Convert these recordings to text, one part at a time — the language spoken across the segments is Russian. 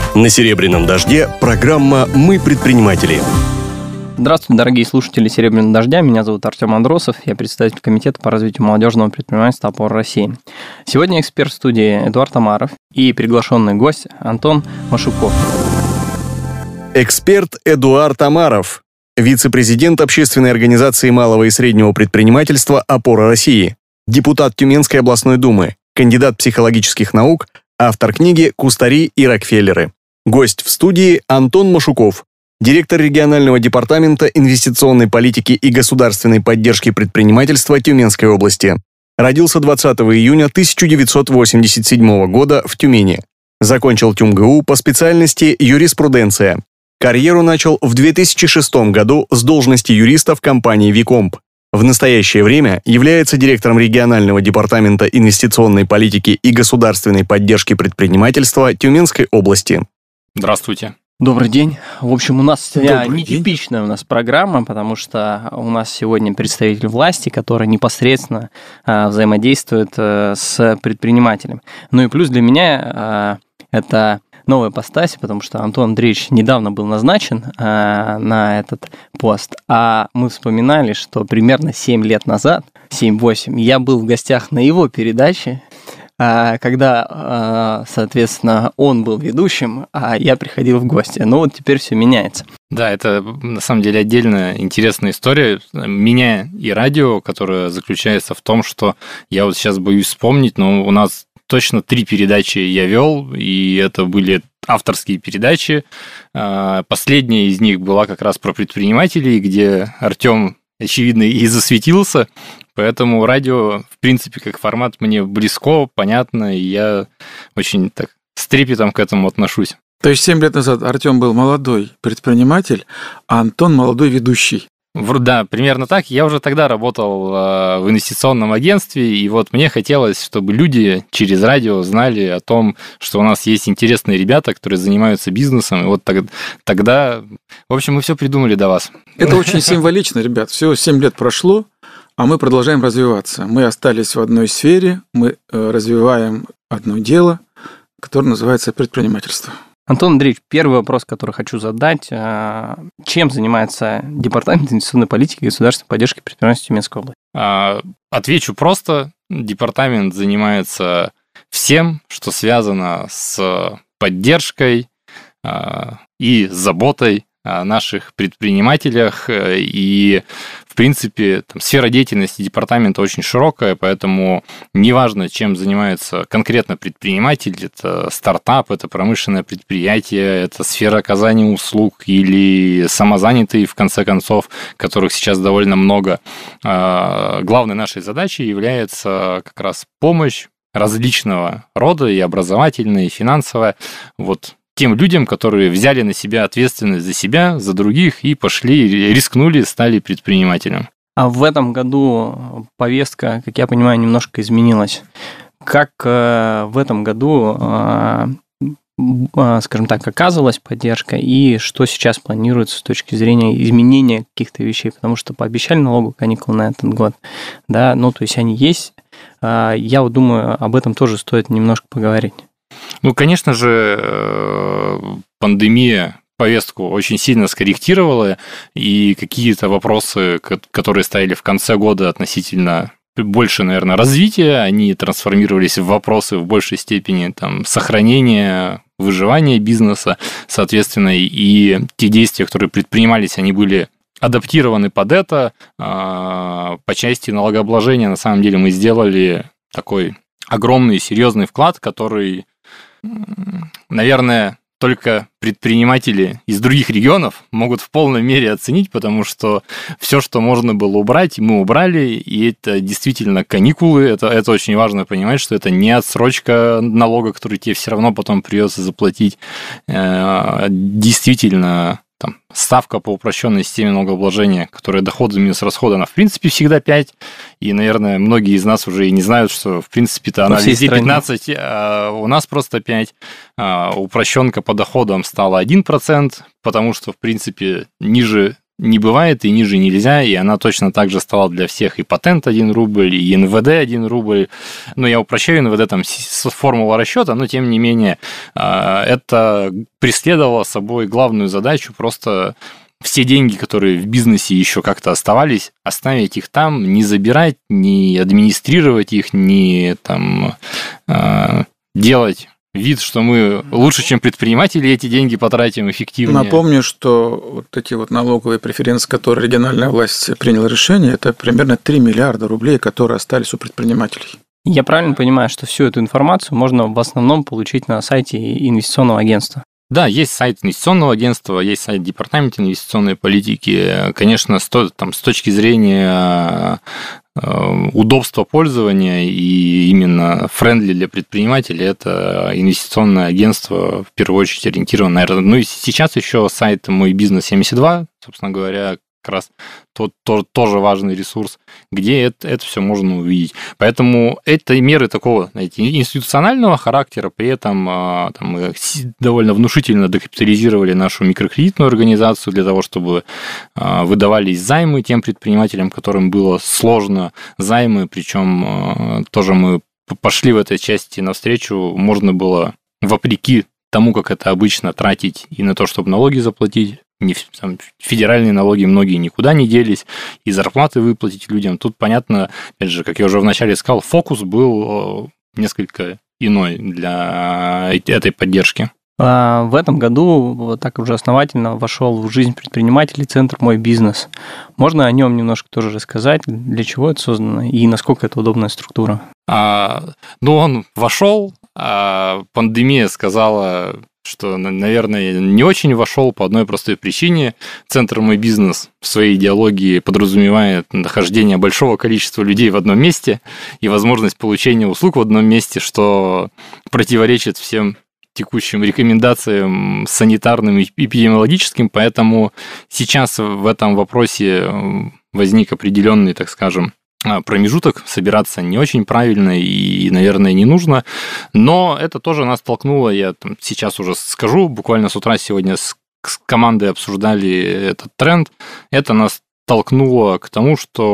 На «Серебряном дожде» программа «Мы предприниматели». Здравствуйте, дорогие слушатели «Серебряного дождя». Меня зовут Артем Андросов. Я председатель комитета по развитию молодежного предпринимательства «Опора России». Сегодня эксперт в студии Эдуард Амаров и приглашенный гость Антон Машуков. Эксперт Эдуард Амаров, вице-президент общественной организации малого и среднего предпринимательства «Опора России», депутат Тюменской областной думы, кандидат психологических наук, автор книги «Кустари и Рокфеллеры». Гость в студии Антон Машуков, директор регионального департамента инвестиционной политики и государственной поддержки предпринимательства Тюменской области. Родился 20 июня 1987 года в Тюмени. Закончил ТюмГУ по специальности юриспруденция. Карьеру начал в 2006 году с должности юриста в компании «Викомп». В настоящее время является директором регионального департамента инвестиционной политики и государственной поддержки предпринимательства Тюменской области. Здравствуйте. Добрый день. В общем, у нас нетипичная программа, потому что у нас сегодня представитель власти, который непосредственно взаимодействует с предпринимателем. Ну и плюс для меня это новая ипостась, потому что Антон Андреевич недавно был назначен на этот пост, а мы вспоминали, что примерно 7 лет назад, 7-8, я был в гостях на его передаче, когда, соответственно, он был ведущим, а я приходил в гости. Но вот теперь все меняется. Да, это на самом деле отдельная интересная история меня и радио, которая заключается в том, что я вот сейчас боюсь вспомнить, но у нас точно 3 передачи я вел, и это были авторские передачи. Последняя из них была как раз про предпринимателей, где Артем, очевидно, и засветился. Поэтому радио, в принципе, как формат мне близко, понятно, и я очень так с трепетом к этому отношусь. То есть 7 лет назад Артем был молодой предприниматель, а Антон молодой ведущий. Да, примерно так. Я уже тогда работал в инвестиционном агентстве, и вот мне хотелось, чтобы люди через радио знали о том, что у нас есть интересные ребята, которые занимаются бизнесом, и вот тогда, в общем, мы все придумали до вас. Это очень символично, ребят. Всего 7 лет прошло, а мы продолжаем развиваться. Мы остались в одной сфере, мы развиваем одно дело, которое называется предпринимательство. Антон Андреевич, первый вопрос, который хочу задать. Чем занимается Департамент инвестиционной политики и государственной поддержки предпринимательства Тюменской области? Отвечу просто. Департамент занимается всем, что связано с поддержкой и заботой о наших предпринимателях. И, в принципе, сфера деятельности департамента очень широкая, поэтому неважно, чем занимается конкретно предприниматель, это стартап, это промышленное предприятие, это сфера оказания услуг или самозанятые, в конце концов, которых сейчас довольно много. Главной нашей задачей является как раз помощь различного рода, и образовательная, и финансовая, вот тем людям, которые взяли на себя ответственность за себя, за других и пошли, рискнули, стали предпринимателем. А в этом году повестка, как я понимаю, немножко изменилась. Как в этом году, скажем так, оказывалась поддержка и что сейчас планируется с точки зрения изменения каких-то вещей? Потому что пообещали налоговые каникулы на этот год, да, ну то есть они есть. Я вот думаю, об этом тоже стоит немножко поговорить. Ну, конечно же, пандемия повестку очень сильно скорректировала, и какие-то вопросы, которые стояли в конце года относительно больше, наверное, развития, они трансформировались в вопросы в большей степени сохранения, выживания бизнеса, соответственно, и те действия, которые предпринимались, они были адаптированы под это. По части налогообложения, на самом деле, мы сделали такой огромный, серьезный вклад, который, наверное, только предприниматели из других регионов могут в полной мере оценить, потому что все, что можно было убрать, мы убрали, и это действительно каникулы, это очень важно понимать, что это не отсрочка налога, который тебе все равно потом придется заплатить. Действительно, ставка по упрощенной системе налогообложения, которая доходы минус расходы, она в принципе всегда 5, и, наверное, многие из нас уже и не знают, что в принципе-то она везде 15, а у нас просто 5. Упрощенка по доходам стала 1%, потому что, в принципе, ниже не бывает, и ниже нельзя, и она точно так же стала для всех и патент 1 рубль, и НВД 1 рубль. Но я упрощаю, НВД там формула расчета, но тем не менее это преследовало собой главную задачу просто все деньги, которые в бизнесе еще как-то оставались, оставить их там, не забирать, не администрировать их, не там делать вид, что мы лучше, чем предприниматели, эти деньги потратим эффективнее. Напомню, что вот эти вот налоговые преференции, которые региональная власть приняла решение, это примерно 3 миллиарда рублей, которые остались у предпринимателей. Я правильно понимаю, что всю эту информацию можно в основном получить на сайте инвестиционного агентства? Да, есть сайт инвестиционного агентства, есть сайт Департамента инвестиционной политики. Конечно, с точки зрения удобства пользования и именно френдли для предпринимателей, это инвестиционное агентство в первую очередь ориентировано, наверное. Ну и сейчас еще сайт «Мой бизнес 72», собственно говоря, как раз тоже важный ресурс, где это все можно увидеть. Поэтому это меры такого, знаете, институционального характера, при этом там, мы довольно внушительно докапитализировали нашу микрокредитную организацию для того, чтобы выдавались займы тем предпринимателям, которым было сложно займы, причем тоже мы пошли в этой части навстречу, можно было вопреки тому, как это обычно, тратить и на то, чтобы налоги заплатить. Федеральные налоги многие никуда не делись, и зарплаты выплатить людям. Тут, понятно, опять же, как я уже вначале сказал, фокус был несколько иной для этой поддержки. В этом году вот так уже основательно вошел в жизнь предпринимателей центр «Мой бизнес». Можно о нем немножко тоже рассказать, для чего это создано и насколько это удобная структура? Он вошел, пандемия сказала, что, наверное, не очень вошел по одной простой причине. Центр «Мой бизнес» в своей идеологии подразумевает нахождение большого количества людей в одном месте и возможность получения услуг в одном месте, что противоречит всем текущим рекомендациям санитарным и эпидемиологическим, поэтому сейчас в этом вопросе возник определенный, так скажем, промежуток, собираться не очень правильно и, наверное, не нужно, но это тоже нас толкнуло, я сейчас уже скажу, буквально с утра сегодня с командой обсуждали этот тренд, это нас толкнуло к тому,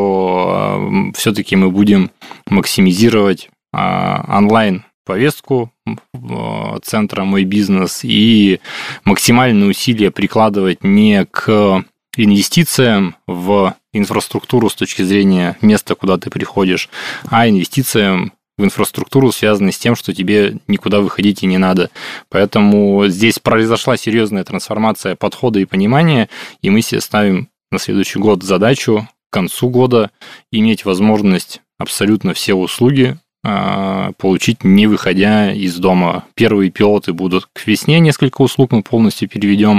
что все-таки мы будем максимизировать онлайн-повестку центра «Мой бизнес» и максимальные усилия прикладывать не к инвестициям в инфраструктуру с точки зрения места, куда ты приходишь, а инвестициям в инфраструктуру, связанной с тем, что тебе никуда выходить и не надо. Поэтому здесь произошла серьезная трансформация подхода и понимания, и мы себе ставим на следующий год задачу к концу года иметь возможность абсолютно все услуги получить, не выходя из дома. Первые пилоты будут к весне, несколько услуг мы полностью переведем.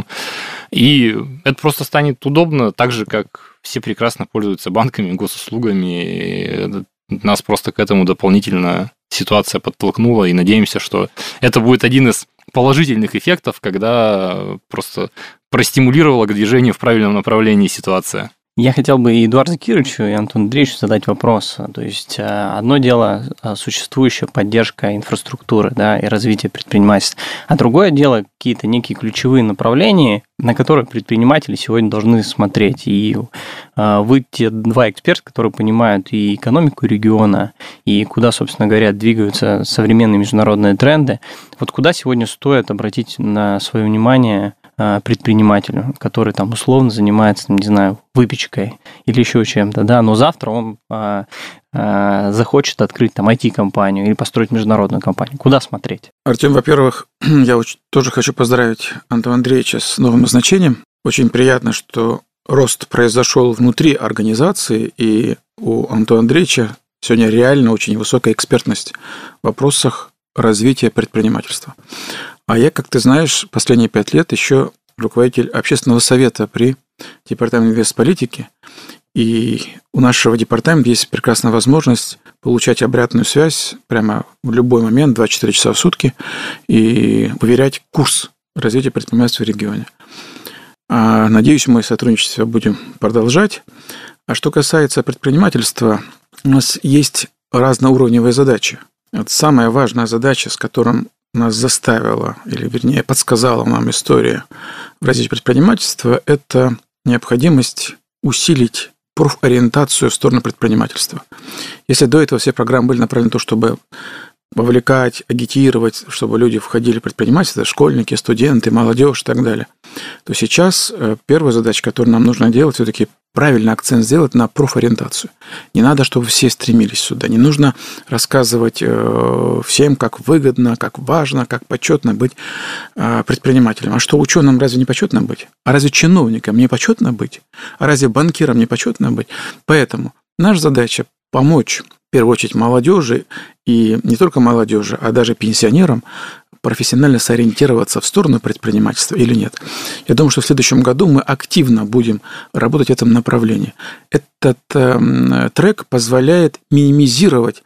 И это просто станет удобно, так же, как все прекрасно пользуются банками, госуслугами. Нас просто к этому дополнительно ситуация подтолкнула, и надеемся, что это будет один из положительных эффектов, когда просто простимулировала к движению в правильном направлении ситуация. Я хотел бы и Эдуарду Кировичу, и Антону Андреевичу задать вопрос. То есть, одно дело существующая поддержка инфраструктуры, да, и развитие предпринимательства, а другое дело какие-то некие ключевые направления, на которые предприниматели сегодня должны смотреть. И вы те два эксперта, которые понимают и экономику региона, и куда, собственно говоря, двигаются современные международные тренды. Вот куда сегодня стоит обратить на свое внимание предпринимателю, который там условно занимается, не знаю, выпечкой или еще чем-то, да, но завтра он захочет открыть там IT-компанию или построить международную компанию. Куда смотреть? Артем, во-первых, я тоже хочу поздравить Антона Андреевича с новым назначением. Очень приятно, что рост произошел внутри организации, и у Антона Андреевича сегодня реально очень высокая экспертность в вопросах развития предпринимательства. А я, как ты знаешь, последние 5 лет еще руководитель общественного совета при Департаменте инвестполитики. И у нашего департамента есть прекрасная возможность получать обратную связь прямо в любой момент, 24 часа в сутки, и выверять курс развития предпринимательства в регионе. Надеюсь, мы сотрудничество будем продолжать. А что касается предпринимательства, у нас есть разноуровневые задачи. Вот самая важная задача, с которой нас заставила, или вернее подсказала нам история в развитии предпринимательства, это необходимость усилить профориентацию в сторону предпринимательства. Если до этого все программы были направлены на то, чтобы вовлекать, агитировать, чтобы люди входили в предпринимательство, школьники, студенты, молодежь и так далее, то сейчас первая задача, которую нам нужно делать, все-таки правильный акцент сделать на профориентацию. Не надо, чтобы все стремились сюда. Не нужно рассказывать всем, как выгодно, как важно, как почетно быть предпринимателем. А что, ученым разве не почетно быть? А разве чиновникам не почетно быть? А разве банкирам не почетно быть? Поэтому наша задача помочь, в первую очередь, молодежи, и не только молодежи, а даже пенсионерам профессионально сориентироваться в сторону предпринимательства или нет. Я думаю, что в следующем году мы активно будем работать в этом направлении. Этот трек позволяет минимизировать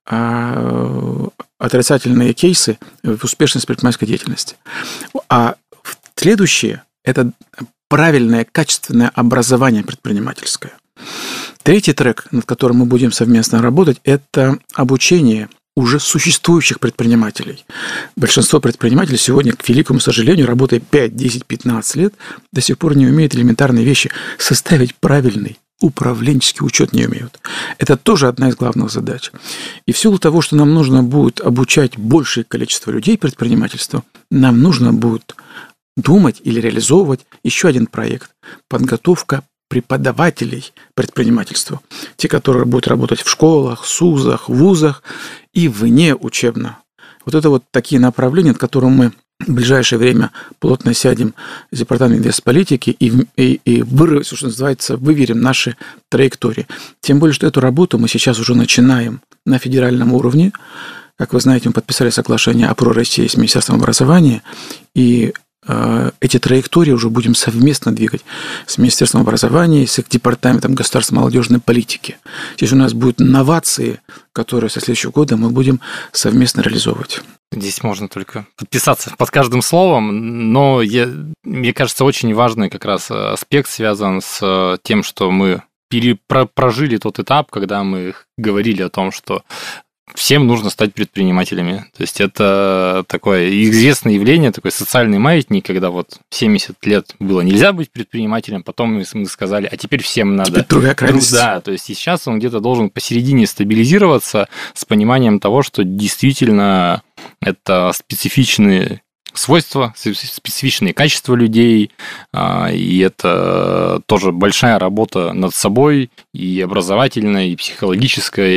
отрицательные кейсы в успешности предпринимательской деятельности. А следующее – это правильное, качественное образование предпринимательское. Третий трек, над которым мы будем совместно работать, это обучение уже существующих предпринимателей. Большинство предпринимателей сегодня, к великому сожалению, работая 5, 10, 15 лет, до сих пор не умеют элементарные вещи. Составить правильный управленческий учет не умеют. Это тоже одна из главных задач. И в силу того, что нам нужно будет обучать большее количество людей предпринимательству, нам нужно будет думать или реализовывать еще один проект – подготовка преподавателей предпринимательству. Те, которые будут работать в школах, СУЗах, вузах и вне учебно. Вот это вот такие направления, над которыми мы в ближайшее время плотно сядем с Департаментом инвестполитики и вырвем, что называется, выверим наши траектории. Тем более, что эту работу мы сейчас уже начинаем на федеральном уровне. Как вы знаете, мы подписали соглашение о России с Министерством образования, и эти траектории уже будем совместно двигать с Министерством образования, с их Департаментом государственной молодежной политики. Здесь у нас будут новации, которые со следующего года мы будем совместно реализовывать. Здесь можно только подписаться под каждым словом, но мне кажется, очень важный как раз аспект связан с тем, что мы прожили тот этап, когда мы говорили о том, что всем нужно стать предпринимателями. То есть это такое известное явление, такой социальный маятник, когда вот 70 лет было нельзя быть предпринимателем, потом мы сказали, а теперь всем надо. Теперь другая крайность. Да, то есть и сейчас он где-то должен посередине стабилизироваться с пониманием того, что действительно это специфичные свойства, специфичные качества людей, и это тоже большая работа над собой, и образовательная, и психологическая,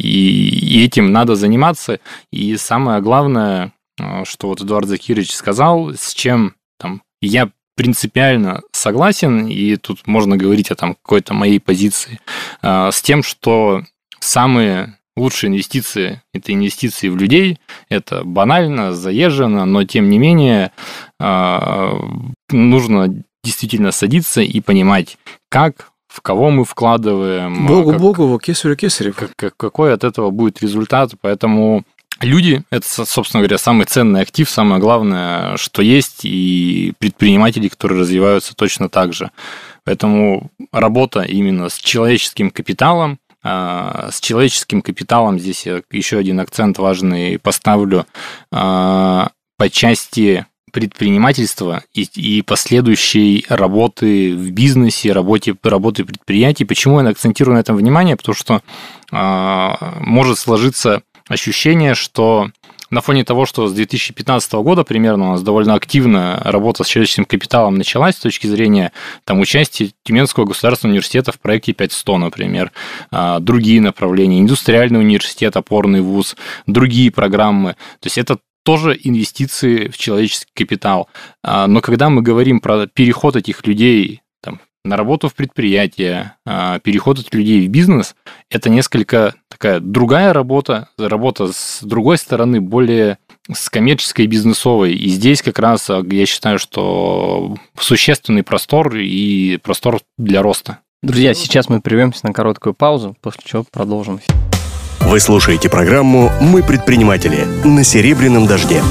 и этим надо заниматься. И самое главное, что вот Эдуард Закирович сказал, с чем там я принципиально согласен, и тут можно говорить о там какой-то моей позиции, с тем, что самые лучшие инвестиции – это инвестиции в людей. Это банально, заезжено, но тем не менее нужно действительно садиться и понимать, как, в кого мы вкладываем. Богу, кесарю кесарев. Какой от этого будет результат. Поэтому люди – это, собственно говоря, самый ценный актив, самое главное, что есть, и предприниматели, которые развиваются точно так же. Поэтому работа именно с человеческим капиталом, здесь я еще один акцент важный поставлю по части предпринимательства и последующей работы в бизнесе, работы предприятий. Почему я акцентирую на этом внимание? Потому что может сложиться ощущение, что на фоне того, что с 2015 года примерно у нас довольно активно работа с человеческим капиталом началась с точки зрения там, участия Тюменского государственного университета в проекте 5.100, например, другие направления, индустриальный университет, опорный вуз, другие программы. То есть это тоже инвестиции в человеческий капитал. Но когда мы говорим про переход этих людей там, на работу в предприятие, переход этих людей в бизнес, это несколько такая другая работа с другой стороны, более с коммерческой и бизнесовой. И здесь как раз я считаю, что существенный простор и простор для роста. Друзья, сейчас мы прервемся на короткую паузу, после чего продолжим. Вы слушаете программу «Мы предприниматели» на Серебряном дожде.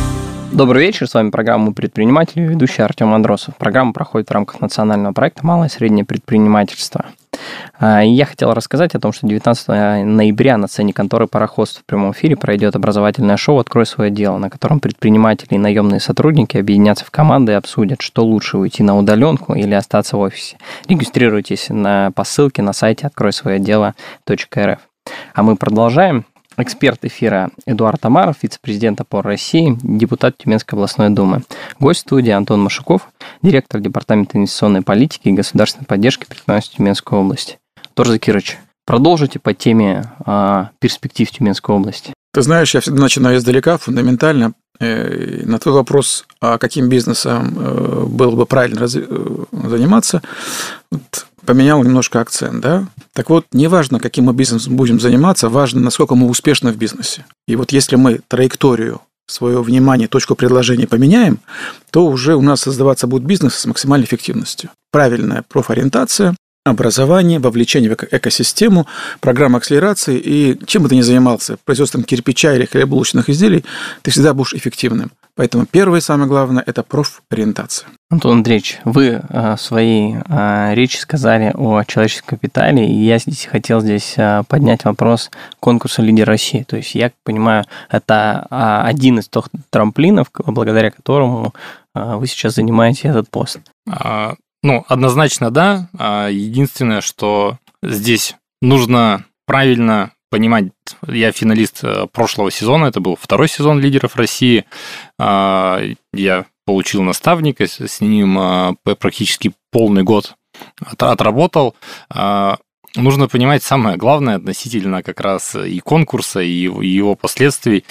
Добрый вечер, с вами программа «Предприниматели», ведущий Артем Андросов. Программа проходит в рамках национального проекта «Малое и среднее предпринимательство». И я хотел рассказать о том, что 19 ноября на сцене конторы «Пароходство» в прямом эфире пройдет образовательное шоу «Открой свое дело», на котором предприниматели и наемные сотрудники объединятся в команды и обсудят, что лучше, уйти на удаленку или остаться в офисе. Регистрируйтесь по ссылке на сайте откройсвоедело.рф. А мы продолжаем. Эксперт эфира Эдуард Амаров, вице-президент «Опоры России», депутат Тюменской областной думы. Гость студии Антон Машуков, директор департамента инвестиционной политики и государственной поддержки предпринимательства Тюменской области. Тор Закирович, продолжите по теме перспектив Тюменской области. Ты знаешь, я всегда начинаю издалека, фундаментально. На твой вопрос, каким бизнесом было бы правильно заниматься, поменял немножко акцент, да? Так вот, не важно, каким мы бизнесом будем заниматься, важно, насколько мы успешны в бизнесе. И вот если мы траекторию, свое внимание, точку предложения поменяем, то уже у нас создаваться будет бизнес с максимальной эффективностью. Правильная профориентация, образование, вовлечение в экосистему, программа акселерации, и чем бы ты ни занимался, производством кирпича или хлебобулочных изделий, ты всегда будешь эффективным. Поэтому первое и самое главное – это профориентация. Антон Андреевич, вы в своей речи сказали о человеческом капитале, и я хотел поднять вопрос конкурса «Лидер России». То есть, я понимаю, это один из тех трамплинов, благодаря которому вы сейчас занимаете этот пост. Однозначно да. Единственное, что здесь нужно правильно понимать, я финалист прошлого сезона, это был второй сезон «Лидеров России». Я получил наставника, с ним практически полный год отработал. Нужно понимать самое главное относительно как раз и конкурса, и его последствий.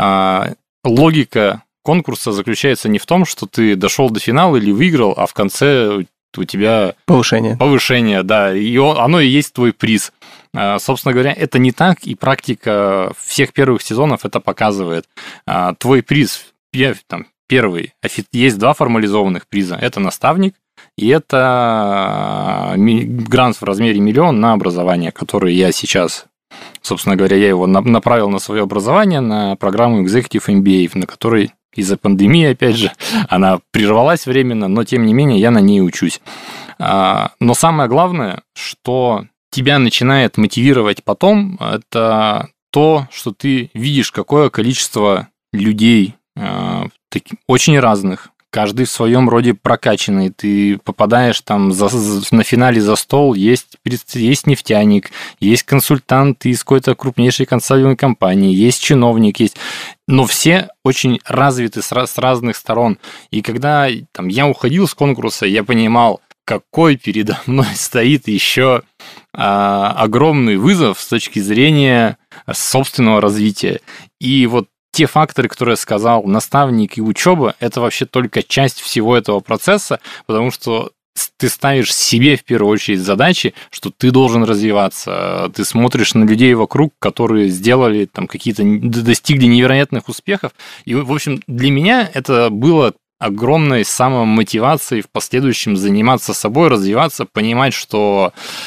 Логика конкурса заключается не в том, что ты дошел до финала или выиграл, а в конце у тебя повышение, да, и оно и есть твой приз. Собственно говоря, это не так, и практика всех первых сезонов это показывает. Твой приз, первый, есть два формализованных приза. Это наставник, и это грант в размере 1 миллион на образование, который я сейчас, собственно говоря, я его направил на свое образование, на программу Executive MBA, на которой из-за пандемии, опять же, она прервалась временно, но, тем не менее, я на ней учусь. Но самое главное, что тебя начинает мотивировать потом, это то, что ты видишь, какое количество людей, очень разных, каждый в своем роде прокачанный. Ты попадаешь там на финале за стол, есть нефтяник, есть консультант из какой-то крупнейшей консалтинговой компании, есть чиновник, но все очень развиты с разных сторон. И когда я уходил с конкурса, я понимал, какой передо мной стоит еще огромный вызов с точки зрения собственного развития. И вот те факторы, которые я сказал, наставник и учеба, это вообще только часть всего этого процесса, потому что ты ставишь себе в первую очередь задачи, что ты должен развиваться. Ты смотришь на людей вокруг, которые сделали достигли невероятных успехов. И, в общем, для меня это было огромной самомотивацией в последующем заниматься собой, развиваться, понимать, что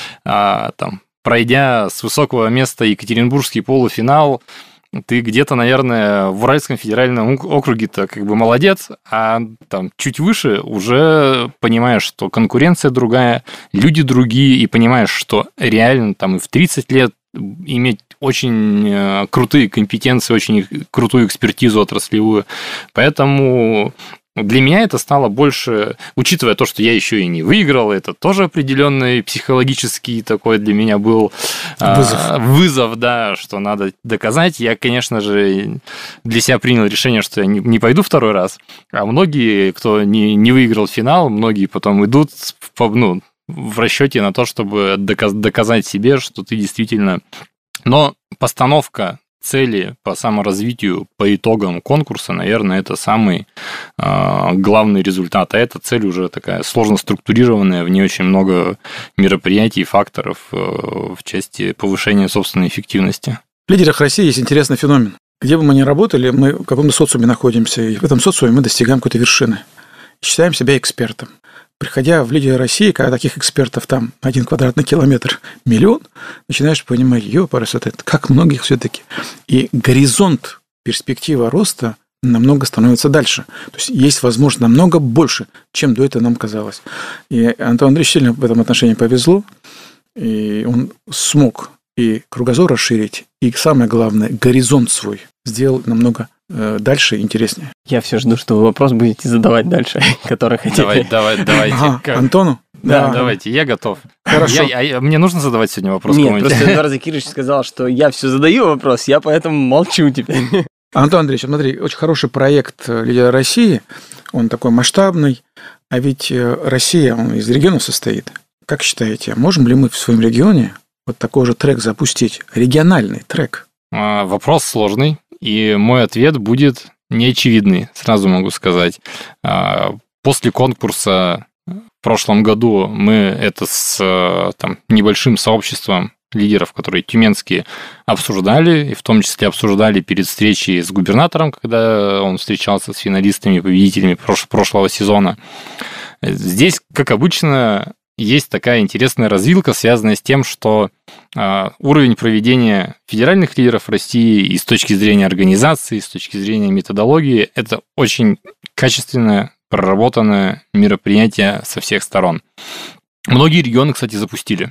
пройдя с высокого места Екатеринбургский полуфинал, ты где-то, наверное, в Уральском федеральном округе-то молодец, а чуть выше уже понимаешь, что конкуренция другая, люди другие, и понимаешь, что реально и в 30 лет иметь очень крутые компетенции, очень крутую экспертизу отраслевую. Поэтому для меня это стало больше, учитывая то, что я еще и не выиграл, это тоже определенный психологический такой для меня был вызов, да, что надо доказать. Я, конечно же, для себя принял решение, что я не пойду второй раз, а многие, кто не выиграл финал, многие потом идут в расчете на то, чтобы доказать себе, что ты действительно... Но постановка цели по саморазвитию по итогам конкурса, наверное, это самый главный результат. А эта цель уже такая сложно структурированная, в ней очень много мероприятий и факторов в части повышения собственной эффективности. В «Лидерах России» есть интересный феномен. Где бы мы ни работали, мы в каком-то социуме находимся, и в этом социуме мы достигаем какой-то вершины. Считаем себя экспертом. Приходя в «Лидеры России», когда таких экспертов 1 квадратный километр 1 000 000, начинаешь понимать, ёпарас, это как многих все-таки. И горизонт, перспектива роста намного становится дальше. То есть есть возможность намного больше, чем до этого нам казалось. И Антону Андреевичу сильно в этом отношении повезло, и он смог и кругозор расширить, и самое главное, горизонт свой сделал намного дальше и интереснее. Я все жду, что вы вопрос будете задавать дальше, который хотите. Давайте. Антону? Да, давайте, я готов. Хорошо. Мне нужно задавать сегодня вопрос? Нет, просто Эдуард Закирович сказал, что я все задаю вопрос, я поэтому молчу теперь. Антон Андреевич, смотри, очень хороший проект «Лидеры России», он такой масштабный, а ведь Россия, он из регионов состоит. Как считаете, можем ли мы в своем регионе вот такой же трек запустить, региональный трек? Вопрос сложный, и мой ответ будет неочевидный, сразу могу сказать. После конкурса в прошлом году мы это с небольшим сообществом лидеров, которые тюменские, обсуждали, и в том числе обсуждали перед встречей с губернатором, когда он встречался с финалистами, победителями прошлого сезона. Здесь, как обычно, есть такая интересная развилка, связанная с тем, что уровень проведения федеральных лидеров России и с точки зрения организации, и с точки зрения методологии, это очень качественное, проработанное мероприятие со всех сторон. Многие регионы, кстати, запустили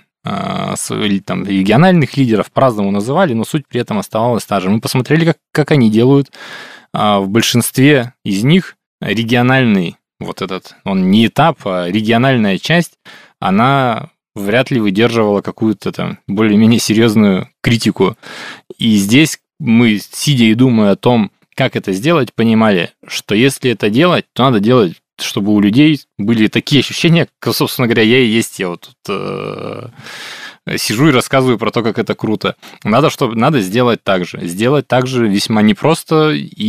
региональных лидеров, по-разному называли, но суть при этом оставалась та же. Мы посмотрели, как они делают. В большинстве из них региональный он не этап, а региональная часть, она вряд ли выдерживала какую-то более-менее серьезную критику. И здесь мы, сидя и думая о том, как это сделать, понимали, что если это делать, то надо делать, чтобы у людей были такие ощущения, как, собственно говоря, я и есть. Я вот тут сижу и рассказываю про то, как это круто. Надо сделать так же. Сделать так же весьма непросто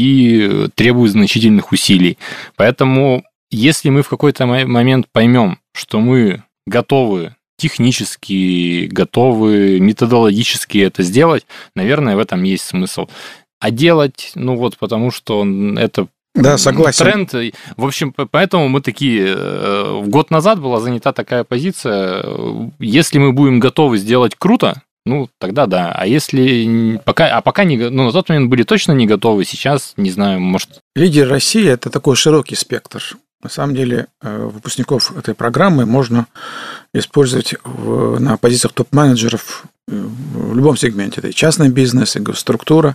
и требует значительных усилий. Поэтому, если мы в какой-то момент поймем, что мы готовы технически, готовы методологически это сделать, наверное, в этом есть смысл. А делать, потому что это согласен. Тренд. В общем, поэтому мы такие... Год назад была занята такая позиция. Если мы будем готовы сделать круто, тогда да. А если... Пока не... на тот момент были точно не готовы, сейчас, не знаю, может... Лидер России – это такой широкий спектр. На самом деле, выпускников этой программы можно использовать на позициях топ-менеджеров в любом сегменте. Это и частный бизнес, и госструктура.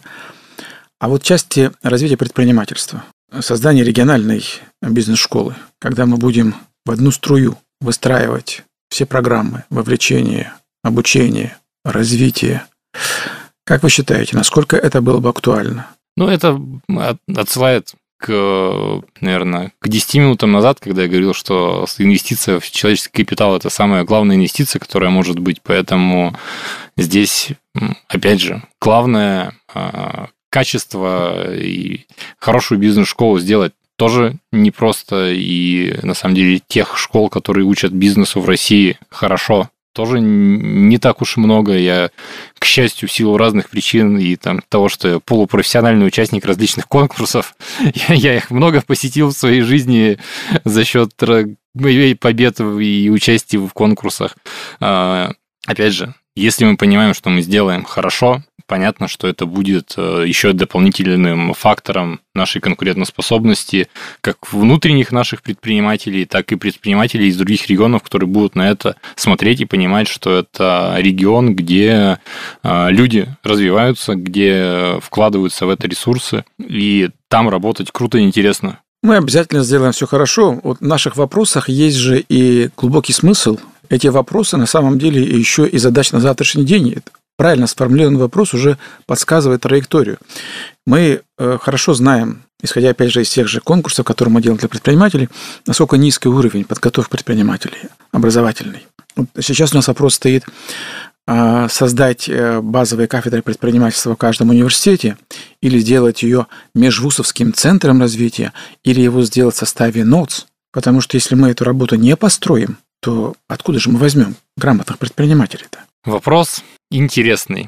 А вот в части развития предпринимательства, создание региональной бизнес-школы, когда мы будем в одну струю выстраивать все программы вовлечения, обучения, развития. Как вы считаете, насколько это было бы актуально? Это отсылает наверное, к 10 минутам назад, когда я говорил, что инвестиция в человеческий капитал – это самая главная инвестиция, которая может быть. Поэтому здесь, опять же, главное качество и хорошую бизнес-школу сделать тоже непросто. И, на самом деле, тех школ, которые учат бизнесу в России хорошо, тоже не так уж много. Я, к счастью, в силу разных причин и того, что я полупрофессиональный участник различных конкурсов, я их много посетил в своей жизни за счет моей побед и участия в конкурсах. Опять же, если мы понимаем, что мы сделаем хорошо, понятно, что это будет еще дополнительным фактором нашей конкурентоспособности, как внутренних наших предпринимателей, так и предпринимателей из других регионов, которые будут на это смотреть и понимать, что это регион, где люди развиваются, где вкладываются в это ресурсы, и там работать круто и интересно. Мы обязательно сделаем все хорошо. Вот в наших вопросах есть же и глубокий смысл. Эти вопросы на самом деле еще и задач на завтрашний день. Правильно сформулированный вопрос уже подсказывает траекторию. Мы хорошо знаем, исходя опять же из тех же конкурсов, которые мы делаем для предпринимателей, насколько низкий уровень подготовки предпринимателей, образовательный. Вот сейчас у нас вопрос стоит создать базовые кафедры предпринимательства в каждом университете или сделать ее межвузовским центром развития, или его сделать в составе НОЦ. Потому что если мы эту работу не построим, то откуда же мы возьмем грамотных предпринимателей-то? Вопрос интересный.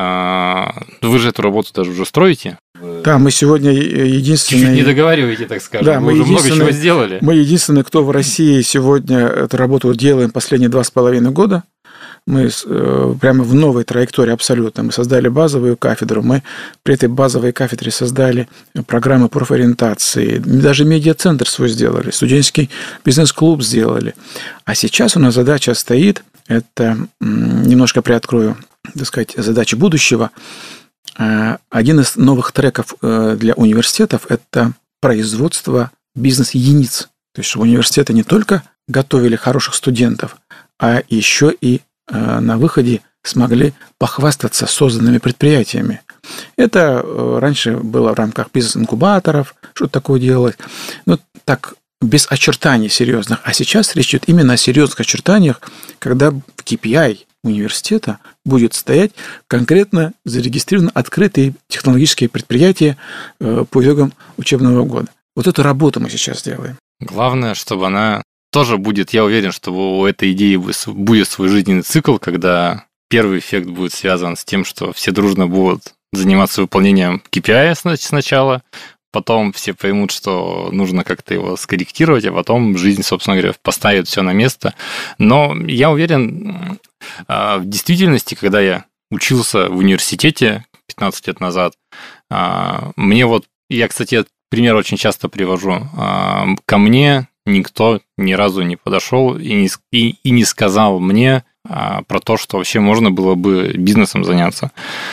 Вы же эту работу даже уже строите? Да, мы сегодня единственные... Чуть-чуть не договариваете, так скажем. Да, мы уже много чего сделали. Мы единственные, кто в России сегодня эту работу делаем последние 2,5 года. мы прямо в новой траектории абсолютно. Мы создали базовую кафедру, мы при этой базовой кафедре создали программы профориентации, даже медиацентр свой сделали, студенческий бизнес-клуб сделали. А сейчас у нас задача стоит, это немножко приоткрою, так сказать, задачи будущего. Один из новых треков для университетов – это производство бизнес-единиц. То есть, чтобы университеты не только готовили хороших студентов, а еще и на выходе смогли похвастаться созданными предприятиями. Это раньше было в рамках бизнес-инкубаторов, что-то такое делалось. Но так, без очертаний серьезных. А сейчас речь идет именно о серьезных очертаниях, когда в KPI университета будет стоять конкретно зарегистрированы открытые технологические предприятия по итогам учебного года. Вот эту работу мы сейчас делаем. Главное, чтобы она тоже будет, я уверен, что у этой идеи будет свой жизненный цикл, когда первый эффект будет связан с тем, что все дружно будут заниматься выполнением KPI сначала, потом все поймут, что нужно как-то его скорректировать, а потом жизнь, собственно говоря, поставит все на место. Но я уверен, в действительности, когда я учился в университете 15 лет назад, мне вот, я, кстати, пример очень часто привожу, ко мне никто ни разу не подошел и не сказал мне про то, что вообще можно было бы бизнесом заняться.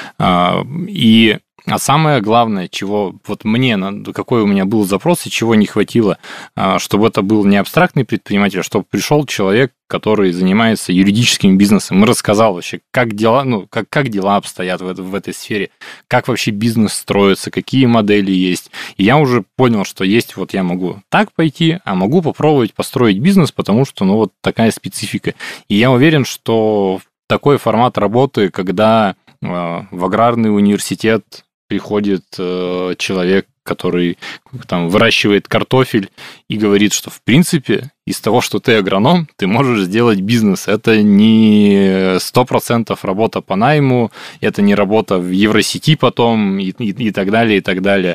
А самое главное, чего вот мне, какой у меня был запрос и чего не хватило, чтобы это был не абстрактный предприниматель, а чтобы пришел человек, который занимается юридическим бизнесом, и рассказал вообще, как дела, как дела обстоят в этой сфере, как вообще бизнес строится, какие модели есть. И я уже понял, что есть, вот я могу так пойти, а могу попробовать построить бизнес, потому что, вот такая специфика. И я уверен, что такой формат работы, когда в аграрный университет приходит человек, который там выращивает картофель и говорит, что в принципе из того, что ты агроном, ты можешь сделать бизнес. Это не 100% работа по найму, это не работа в Евросети потом и так далее, и так далее.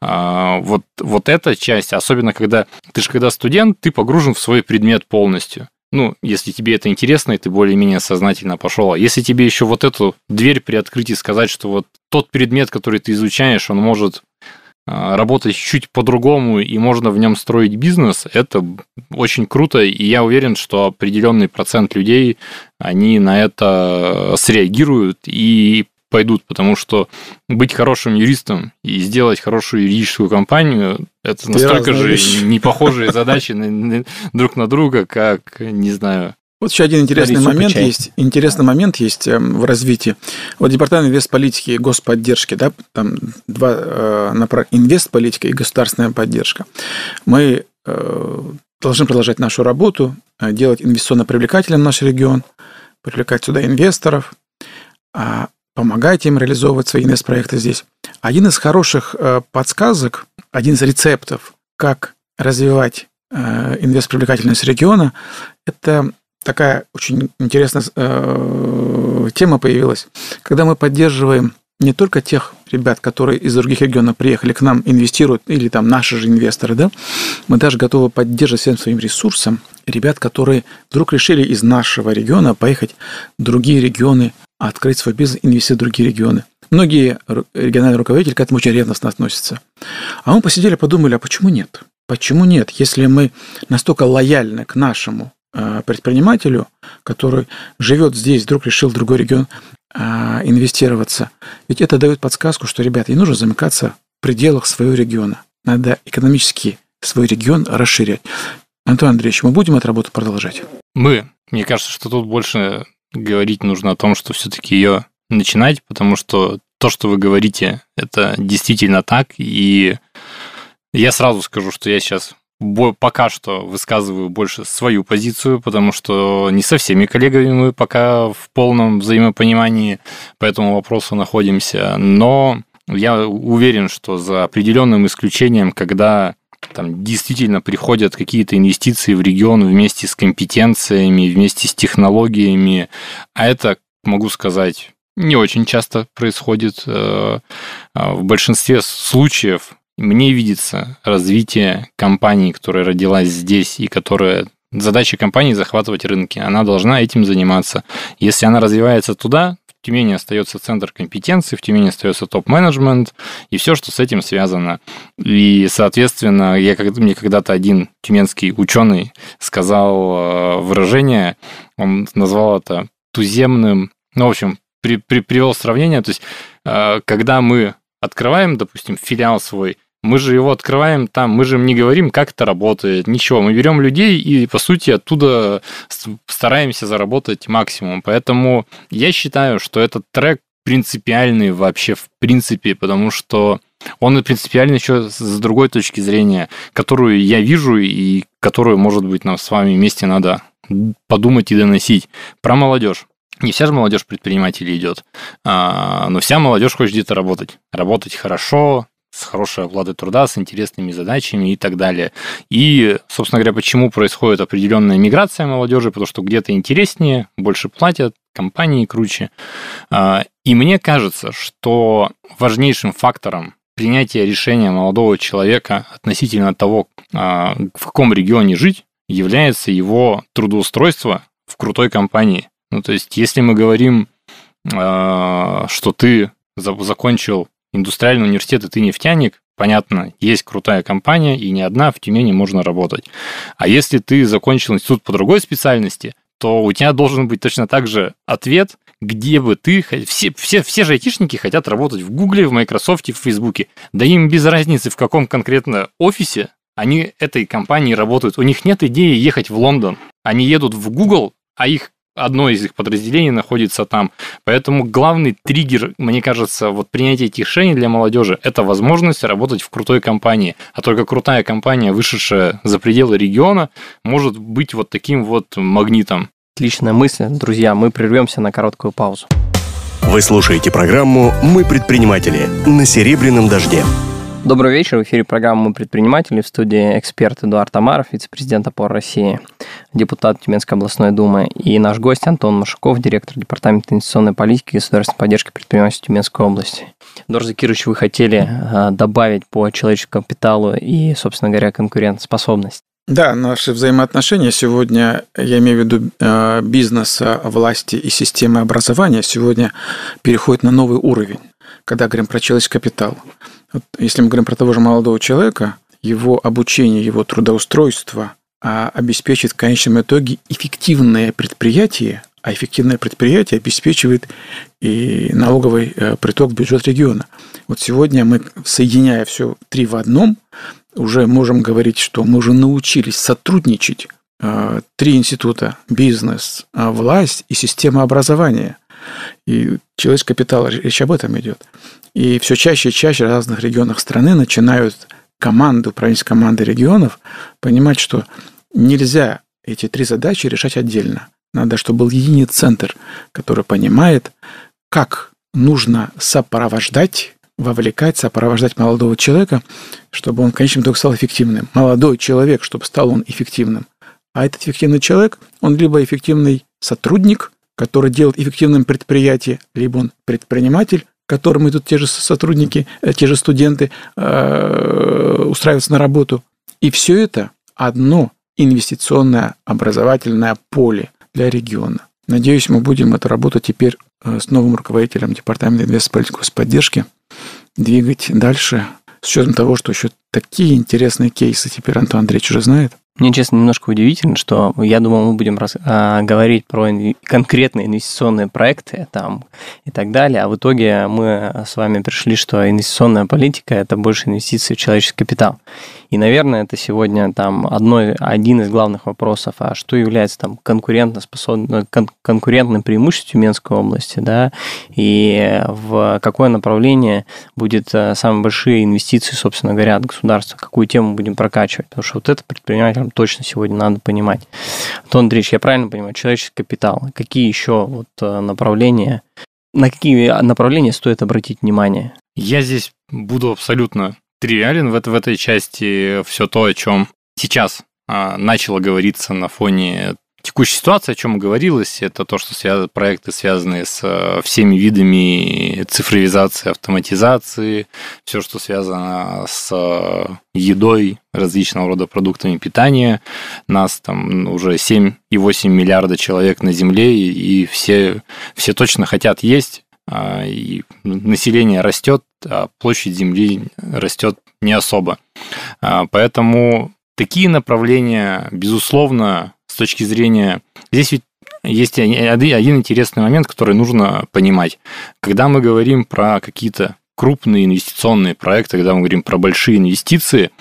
Вот эта часть, особенно когда студент, ты погружен в свой предмет полностью. Если тебе это интересно, и ты более-менее сознательно пошел. А если тебе еще вот эту дверь приоткрыть и сказать, что вот тот предмет, который ты изучаешь, он может работать чуть по-другому, и можно в нем строить бизнес, это очень круто, и я уверен, что определенный процент людей, они на это среагируют и пойдут, потому что быть хорошим юристом и сделать хорошую юридическую компанию – это настолько же не похожие задачи друг на друга, как, не знаю. Вот еще один интересный момент есть в развитии. Вот департамент инвестполитики и господдержки, да, там два инвестполитика и государственная поддержка. Мы должны продолжать нашу работу, делать инвестиционно привлекательным наш регион, привлекать сюда инвесторов, помогать им реализовывать свои инвестпроекты здесь. Один из хороших подсказок, один из рецептов, как развивать инвестпривлекательность региона, это такая очень интересная тема появилась, когда мы поддерживаем не только тех ребят, которые из других регионов приехали к нам, инвестируют, или там наши же инвесторы, да, мы даже готовы поддерживать всем своим ресурсом ребят, которые вдруг решили из нашего региона поехать в другие регионы, открыть свой бизнес, инвестировать в другие регионы. Многие региональные руководители к этому очень ревностно относятся. А мы посидели, подумали, а почему нет? Почему нет, если мы настолько лояльны к нашему предпринимателю, который живет здесь, вдруг решил в другой регион инвестироваться? Ведь это дает подсказку, что, ребята, не нужно замыкаться в пределах своего региона. Надо экономически свой регион расширять. Антон Андреевич, мы будем эту работу продолжать? Мне кажется, что тут больше говорить нужно о том, что все-таки ее начинать, потому что то, что вы говорите, это действительно так. И я сразу скажу, что я сейчас пока что высказываю больше свою позицию, потому что не со всеми коллегами мы пока в полном взаимопонимании по этому вопросу находимся. Но я уверен, что за определенным исключением, когда там действительно приходят какие-то инвестиции в регион вместе с компетенциями, вместе с технологиями, а это, могу сказать, не очень часто происходит. В большинстве случаев мне видится развитие компании, которая родилась здесь и которая задача компании захватывать рынки. Она должна этим заниматься. Если она развивается туда, в Тюмени остается центр компетенции, в Тюмени остается топ-менеджмент и все, что с этим связано. И, соответственно, мне когда-то один тюменский ученый сказал выражение, он назвал это туземным, в общем, привел сравнение, то есть, когда мы открываем, допустим, филиал свой, мы же его открываем там, мы же им не говорим, как это работает, ничего. Мы берем людей и, по сути, оттуда стараемся заработать максимум. Поэтому я считаю, что этот трек принципиальный вообще в принципе, потому что он и принципиальный еще с другой точки зрения, которую я вижу и которую, может быть, нам с вами вместе надо подумать и доносить. Про молодежь. Не вся же молодежь предпринимателей идет, но вся молодежь хочет где-то работать. Работать хорошо, с хорошей оплатой труда, с интересными задачами и так далее. И, собственно говоря, почему происходит определенная миграция молодежи, потому что где-то интереснее, больше платят, компании круче. И мне кажется, что важнейшим фактором принятия решения молодого человека относительно того, в каком регионе жить, является его трудоустройство в крутой компании. Ну, то есть, если мы говорим, что ты закончил индустриальный университет, и ты нефтяник, понятно, есть крутая компания, и не одна, в Тюмени можно работать. А если ты закончил институт по другой специальности, то у тебя должен быть точно так же ответ, где бы ты... Все же айтишники хотят работать в Гугле, в Microsoft, в Фейсбуке. Да им без разницы, в каком конкретно офисе они этой компании работают. У них нет идеи ехать в Лондон. Они едут в Google, а одно из их подразделений находится там. Поэтому главный триггер, мне кажется, вот принятия этих решений для молодежи – это возможность работать в крутой компании. А только крутая компания, вышедшая за пределы региона, может быть вот таким вот магнитом. Отличная мысль. Друзья, мы прервемся на короткую паузу. Вы слушаете программу «Мы предприниматели» на «Серебряном дожде». Добрый вечер. В эфире программа «Мы предприниматели». В студии эксперт Эдуард Амаров, вице-президент ОПОР России, депутат Тюменской областной думы, и наш гость Антон Машуков, директор департамента инвестиционной политики и государственной поддержки предпринимательства Тюменской области. Эдуард Закирович, вы хотели добавить по человеческому капиталу и, собственно говоря, конкурентоспособность? Да, наши взаимоотношения сегодня, я имею в виду бизнеса, власти и системы образования, сегодня переходят на новый уровень, когда говорим про человеческий капитал. Вот если мы говорим про того же молодого человека, его обучение, его трудоустройство обеспечит в конечном итоге эффективное предприятие, а эффективное предприятие обеспечивает и налоговый приток в бюджет региона. Вот сегодня мы, соединяя все три в одном, уже можем говорить, что мы уже научились сотрудничать. Три института: бизнес, власть и система образования. И человеческий капитал, речь об этом идет. И все чаще и чаще в разных регионах страны начинают управленческие команды регионов понимать, что нельзя эти три задачи решать отдельно. Надо, чтобы был единый центр, который понимает, как нужно сопровождать молодого человека, чтобы он в конечном итоге стал эффективным. Молодой человек, чтобы стал он эффективным. А этот эффективный человек, он либо эффективный сотрудник, который делает эффективным предприятие, либо он предприниматель, к которым идут те же сотрудники, те же студенты устраиваются на работу. И все это одно инвестиционное образовательное поле для региона. Надеюсь, мы будем эту работу теперь с новым руководителем департамента инвестиционной поддержки двигать дальше, с учетом того, что еще такие интересные кейсы теперь Антон Андреевич уже знает. Мне, честно, немножко удивительно, что я думал, мы будем говорить про конкретные инвестиционные проекты там, и так далее, а в итоге мы с вами пришли, что инвестиционная политика – это больше инвестиции в человеческий капитал. И, наверное, это сегодня там один из главных вопросов, а что является там конкурентным преимуществом Тюменской области, да, и в какое направление будет самые большие инвестиции, собственно говоря, от государства, какую тему будем прокачивать, потому что вот это предпринимателям точно сегодня надо понимать. Антон Андреевич, я правильно понимаю, человеческий капитал, какие еще вот направления, на какие направления стоит обратить внимание? Я здесь буду абсолютно тривиален в этой части. Все то, о чем сейчас начало говориться на фоне текущей ситуации, о чем говорилось, это то, что проекты, связанные с всеми видами цифровизации, автоматизации, все, что связано с едой, различного рода продуктами питания. Нас там уже 7,8 миллиарда человек на Земле, и все точно хотят есть, и население растет, а площадь Земли растет не особо. Поэтому такие направления, безусловно, с точки зрения... Здесь ведь есть один интересный момент, который нужно понимать. Когда мы говорим про какие-то крупные инвестиционные проекты, когда мы говорим про большие инвестиции,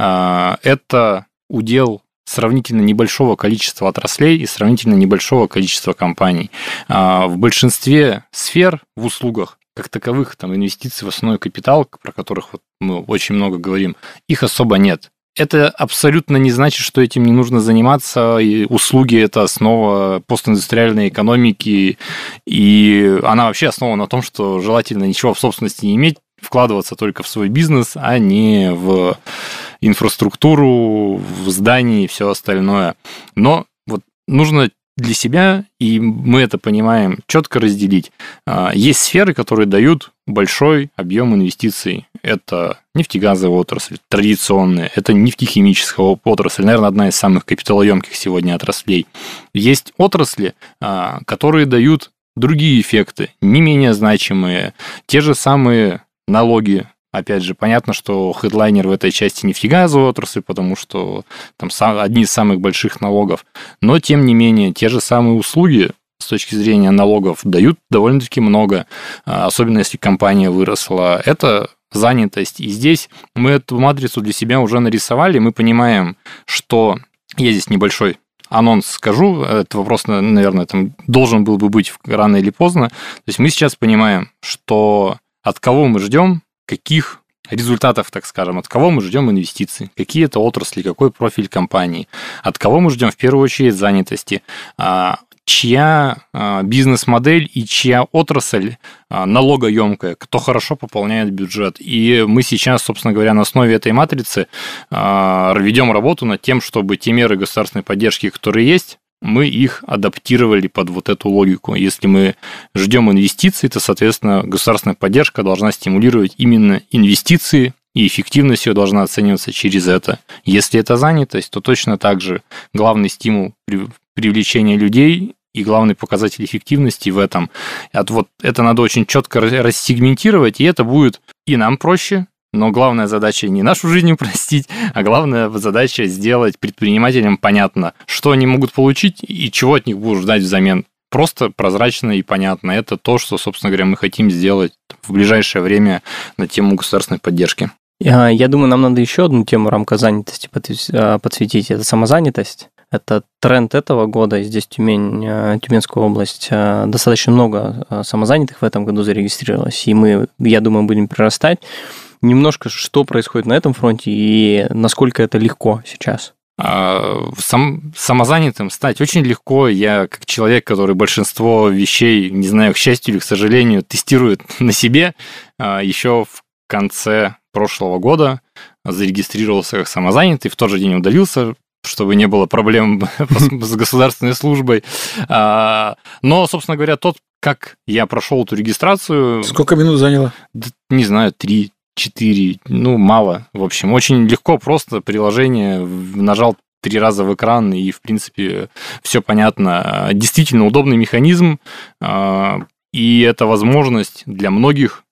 это удел сравнительно небольшого количества отраслей и сравнительно небольшого количества компаний. В большинстве сфер в услугах как таковых, там, инвестиций в основной капитал, про которых вот мы очень много говорим, их особо нет. Это абсолютно не значит, что этим не нужно заниматься, и услуги – это основа постиндустриальной экономики, и она вообще основана на том, что желательно ничего в собственности не иметь, вкладываться только в свой бизнес, а не в инфраструктуру, в здания и все остальное. Но вот нужно для себя, и мы это понимаем, четко разделить. Есть сферы, которые дают большой объем инвестиций. Это нефтегазовая отрасль, традиционная, это нефтехимическая отрасль, наверное, одна из самых капиталоемких сегодня отраслей. Есть отрасли, которые дают другие эффекты, не менее значимые, те же самые налоги. Опять же, понятно, что хедлайнер в этой части нефтегазовой отрасли, потому что там одни из самых больших налогов. Но, тем не менее, те же самые услуги с точки зрения налогов дают довольно-таки много, особенно если компания выросла. Это занятость. И здесь мы эту матрицу для себя уже нарисовали. Мы понимаем, что... Я здесь небольшой анонс скажу. Этот вопрос, наверное, там должен был бы быть рано или поздно. То есть мы сейчас понимаем, что от кого мы ждем, каких результатов, так скажем, от кого мы ждем инвестиций, какие это отрасли, какой профиль компании, от кого мы ждем в первую очередь занятости, чья бизнес-модель и чья отрасль налогоемкая, кто хорошо пополняет бюджет. И мы сейчас, собственно говоря, на основе этой матрицы ведем работу над тем, чтобы те меры государственной поддержки, которые есть, мы их адаптировали под вот эту логику. Если мы ждем инвестиций, то, соответственно, государственная поддержка должна стимулировать именно инвестиции, и эффективность ее должна оцениваться через это. Если это занятость, то точно так же главный стимул привлечения людей и главный показатель эффективности в этом. Вот это надо очень четко рассегментировать, и это будет и нам проще. Но главная задача не нашу жизнь упростить, а главная задача сделать предпринимателям понятно, что они могут получить и чего от них будут ждать взамен. Просто прозрачно и понятно. Это то, что, собственно говоря, мы хотим сделать в ближайшее время на тему государственной поддержки. Я думаю, нам надо еще одну тему в рамках занятости подсветить. Это самозанятость. Это тренд этого года. Здесь Тюменская область, достаточно много самозанятых в этом году зарегистрировалось. И мы, я думаю, будем прирастать. Немножко, что происходит на этом фронте и насколько это легко сейчас? Самозанятым стать очень легко. Я, как человек, который большинство вещей, не знаю, к счастью или к сожалению, тестирует на себе, еще в конце прошлого года зарегистрировался как самозанятый, в тот же день удалился, чтобы не было проблем с государственной службой. Но, собственно говоря, как я прошел эту регистрацию... Сколько минут заняло? Не знаю, 3-4, мало. В общем, очень легко, просто приложение, нажал 3 раза в экран, и, в принципе, все понятно. Действительно удобный механизм, и это возможность для многих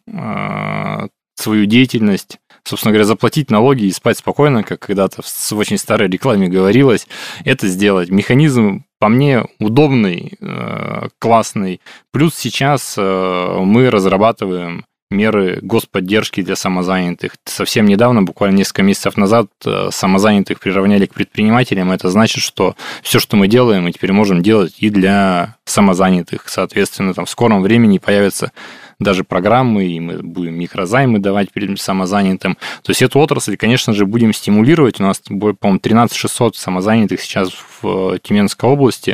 свою деятельность, собственно говоря, заплатить налоги и спать спокойно, как когда-то в очень старой рекламе говорилось, это сделать. Механизм, по мне, удобный, классный. Плюс сейчас мы разрабатываем меры господдержки для самозанятых. Совсем недавно, буквально несколько месяцев назад, самозанятых приравняли к предпринимателям. Это значит, что все, что мы делаем, мы теперь можем делать и для самозанятых. Соответственно, в скором времени появятся даже программы, и мы будем микрозаймы давать перед самозанятым. То есть эту отрасль, конечно же, будем стимулировать. У нас, по-моему, 13 600 самозанятых сейчас в Тюменской области.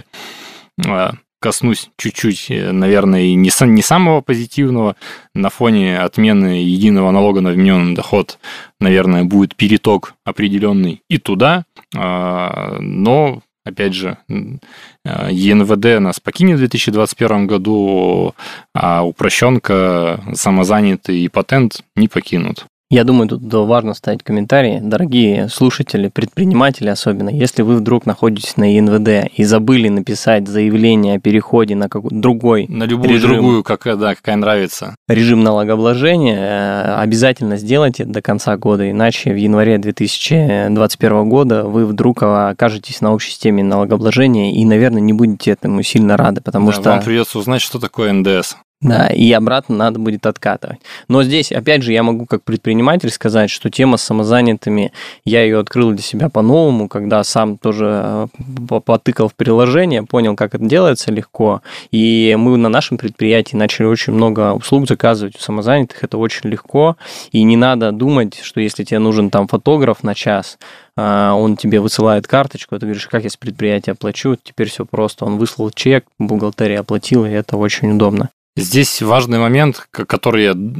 Коснусь чуть-чуть, наверное, и не самого позитивного. На фоне отмены единого налога на вмененный доход, наверное, будет переток определенный и туда. Но опять же, ЕНВД нас покинет в 2021 году, а упрощенка, самозанятый и патент не покинут. Я думаю, тут важно ставить комментарии. Дорогие слушатели, предприниматели особенно, если вы вдруг находитесь на ЕНВД и забыли написать заявление о переходе на какой-то другой на любую режим, другую, какая нравится, режим налогообложения, обязательно сделайте до конца года, иначе в январе 2021 года вы вдруг окажетесь на общей системе налогообложения и, наверное, не будете этому сильно рады, потому что... Вам придется узнать, что такое НДС. Да, и обратно надо будет откатывать. Но здесь, опять же, я могу как предприниматель сказать, что тема с самозанятыми, я ее открыл для себя по-новому, когда сам тоже потыкал в приложение, понял, как это делается легко. И мы на нашем предприятии начали очень много услуг заказывать у самозанятых, это очень легко. И не надо думать, что если тебе нужен там фотограф на час, он тебе высылает карточку, ты говоришь, как я с предприятия оплачу, теперь все просто. Он выслал чек, бухгалтерия оплатила, и это очень удобно. Здесь важный момент, про который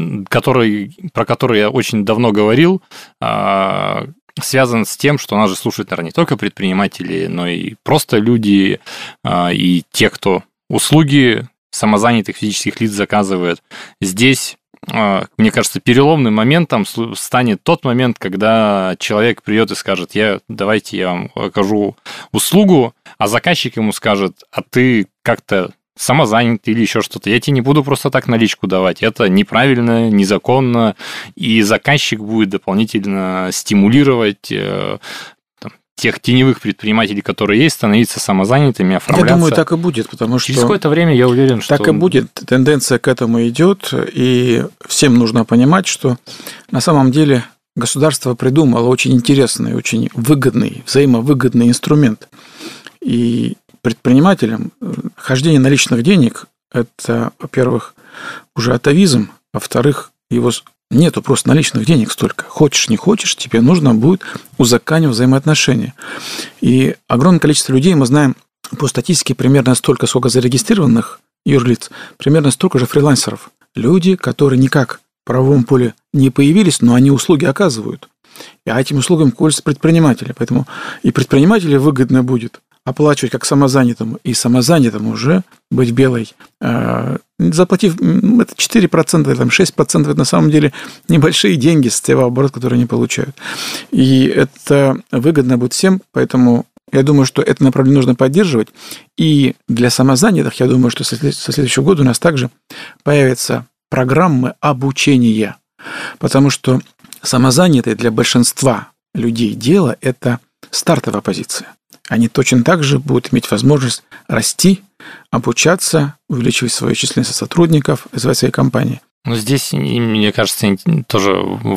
я очень давно говорил, связан с тем, что нас же слушают, наверное, не только предприниматели, но и просто люди, и те, кто услуги самозанятых физических лиц заказывает. Здесь, мне кажется, переломным моментом станет тот момент, когда человек придет и скажет, давайте я вам окажу услугу, а заказчик ему скажет, а ты как-то самозанятый или еще что-то, я тебе не буду просто так наличку давать. Это неправильно, незаконно, и заказчик будет дополнительно стимулировать тех теневых предпринимателей, которые есть, становиться самозанятыми, оформляться. Я думаю, так и будет, потому что... Через какое-то время я уверен, что... Так и будет, тенденция к этому идет, и всем нужно понимать, что на самом деле государство придумало очень интересный, очень выгодный, взаимовыгодный инструмент. И предпринимателям хождение наличных денег – это, во-первых, уже атавизм, во-вторых, его нету просто наличных денег столько. Хочешь, не хочешь, тебе нужно будет узаконить взаимоотношения. И огромное количество людей, мы знаем по статистике примерно столько, сколько зарегистрированных юрлиц, примерно столько же фрилансеров. Люди, которые никак в правовом поле не появились, но они услуги оказывают. И этим услугам пользуются предприниматели. Поэтому и предпринимателю выгодно будет оплачивать как самозанятому, и самозанятому уже быть белой. Заплатив это 4%, там 6%, это на самом деле небольшие деньги с того оборота, которые они получают. И это выгодно будет всем, поэтому я думаю, что это направление нужно поддерживать. И для самозанятых, я думаю, что со следующего года у нас также появятся программы обучения, потому что самозанятые для большинства людей дело – это стартовая позиция. Они точно так же будут иметь возможность расти, обучаться, увеличивать свою численность сотрудников, развивать свои компании. Но здесь, мне кажется, тоже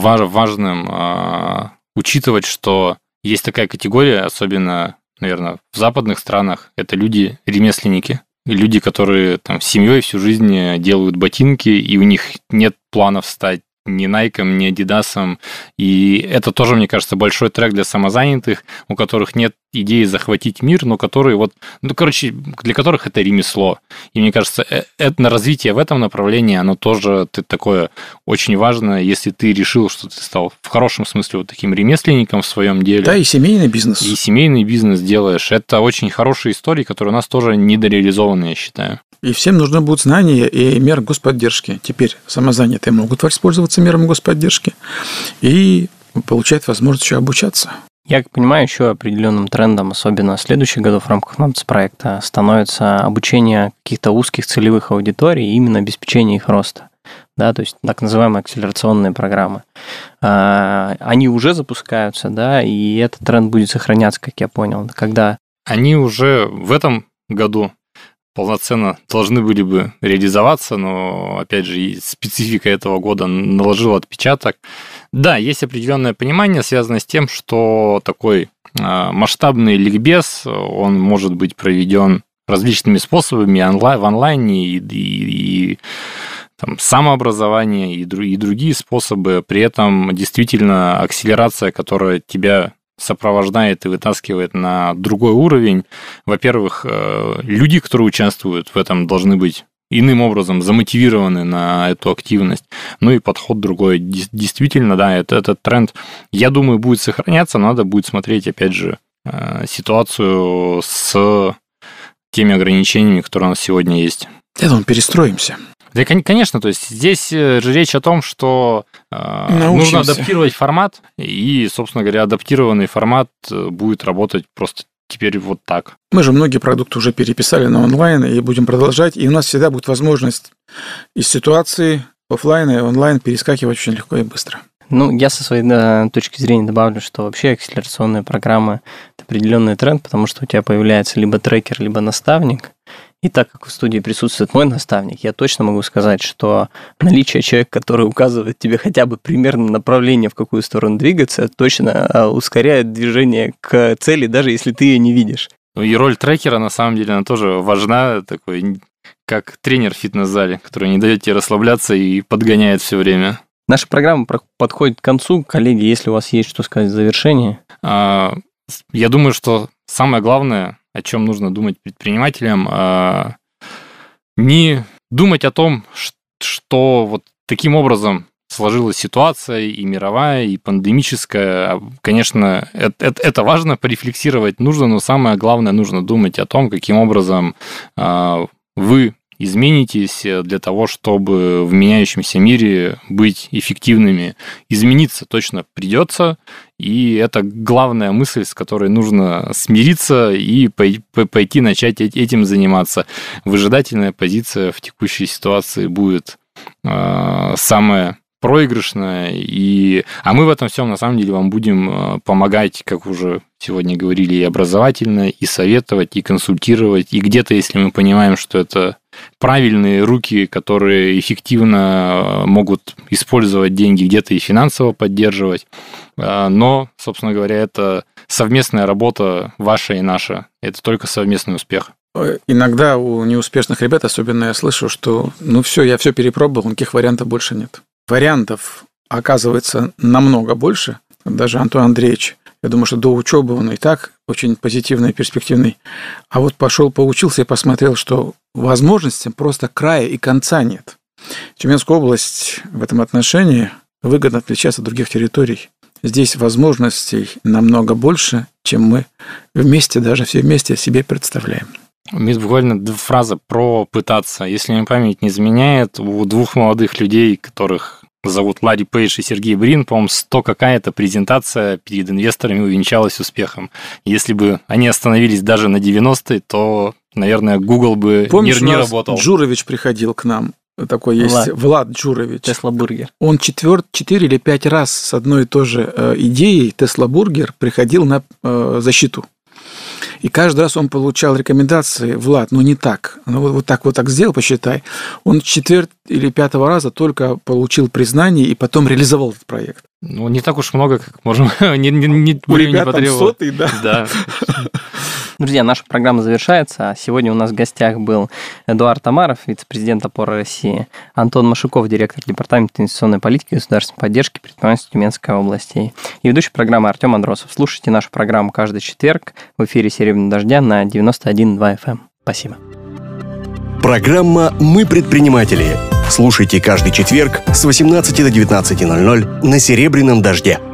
важным учитывать, что есть такая категория, особенно, наверное, в западных странах, это люди-ремесленники. Люди, которые там семьей всю жизнь делают ботинки, и у них нет планов стать ни Nike, ни Adidas. И это тоже, мне кажется, большой трек для самозанятых, у которых нет идеи захватить мир, но которые для которых это ремесло. И мне кажется, это на развитие в этом направлении, оно тоже такое очень важно, если ты решил, что ты стал в хорошем смысле вот таким ремесленником в своем деле. Да, и семейный бизнес. И семейный бизнес делаешь. Это очень хорошие истории, которые у нас тоже недореализованы, я считаю. И всем нужны будут знания и меры господдержки. Теперь самозанятые могут воспользоваться мерами господдержки и получать возможность еще обучаться. Я понимаю, еще определенным трендом, особенно в следующих годах в рамках нацпроекта, становится обучение каких-то узких целевых аудиторий и именно обеспечение их роста. Да, то есть так называемые акселерационные программы. Они уже запускаются, да, и этот тренд будет сохраняться, как я понял, когда... Они уже в этом году полноценно должны были бы реализоваться, но, опять же, специфика этого года наложила отпечаток. Да, есть определенное понимание, связанное с тем, что такой масштабный ликбез, он может быть проведен различными способами в онлайне и там, самообразование и другие способы. При этом действительно акселерация, которая тебя сопровождает и вытаскивает на другой уровень. Во-первых, люди, которые участвуют в этом, должны быть иным образом замотивированы на эту активность. Ну и подход другой. Действительно, да, этот тренд, я думаю, будет сохраняться, надо будет смотреть, опять же, ситуацию с теми ограничениями, которые у нас сегодня есть. Я думаю, перестроимся. Да, конечно, то есть здесь речь о том, что нужно адаптировать формат, и, собственно говоря, адаптированный формат будет работать просто теперь вот так. Мы же многие продукты уже переписали на онлайн и будем продолжать, и у нас всегда будет возможность из ситуации офлайна и онлайн перескакивать очень легко и быстро. Ну, я со своей точки зрения добавлю, что вообще акселерационная программа – это определенный тренд, потому что у тебя появляется либо трекер, либо наставник. И так как в студии присутствует мой наставник, я точно могу сказать, что наличие человека, который указывает тебе хотя бы примерно направление, в какую сторону двигаться, точно ускоряет движение к цели, даже если ты ее не видишь. И роль трекера, на самом деле, она тоже важна, такой, как тренер в фитнес-зале, который не дает тебе расслабляться и подгоняет все время. Наша программа подходит к концу. Коллеги, если у вас есть что сказать в завершении? Я думаю, что самое главное, о чем нужно думать предпринимателям, не думать о том, что вот таким образом сложилась ситуация и мировая, и пандемическая. Конечно, это важно, порефлексировать нужно, но самое главное, нужно думать о том, каким образом вы изменитесь для того, чтобы в меняющемся мире быть эффективными. Измениться точно придется, и это главная мысль, с которой нужно смириться и пойти начать этим заниматься. Выжидательная позиция в текущей ситуации будет самая проигрышная, а мы в этом всем на самом деле вам будем помогать, как уже сегодня говорили, и образовательно, и советовать, и консультировать, и где-то, если мы понимаем, что это правильные руки, которые эффективно могут использовать деньги, где-то и финансово поддерживать, но, собственно говоря, это совместная работа ваша и наша, это только совместный успех. Иногда у неуспешных ребят, особенно я слышу, что все, я все перепробовал, никаких вариантов больше нет. Вариантов оказывается намного больше. Даже Антон Андреевич, я думаю, что до учебы он и так очень позитивный, перспективный. А вот пошел, поучился и посмотрел, что возможностям просто края и конца нет. Тюменская область в этом отношении выгодно отличается от других территорий. Здесь возможностей намного больше, чем мы вместе, даже все вместе себе представляем. Буквально фраза про пытаться. Если мне память не изменяет, у двух молодых людей, которых зовут Ларри Пейдж и Сергей Брин, по-моему, 100 какая-то презентация перед инвесторами увенчалась успехом. Если бы они остановились даже на 90-й, то, наверное, Google бы не работал. Джурович приходил к нам. Такой есть Влад Джурович. Tesla Burger. Он 4 или 5 раз с одной и той же идеей Tesla Burger приходил на защиту. И каждый раз он получал рекомендации: Влад, не так. Вот так сделал, посчитай. Он 4 или 5 раза только получил признание и потом реализовал этот проект. Не так уж много, как можем. Времени не потребовалось. Да. Друзья, наша программа завершается. Сегодня у нас в гостях был Эдуард Амаров, вице-президент «Опора России», Антон Машуков, директор департамента инвестиционной политики и государственной поддержки предпринимательства Тюменской области. И ведущий программы Артем Андросов. Слушайте нашу программу каждый четверг в эфире «Серебряного дождя» на 91,2 FM. Спасибо. Программа «Мы предприниматели». Слушайте каждый четверг с 18 до 19:00 на «Серебряном дожде».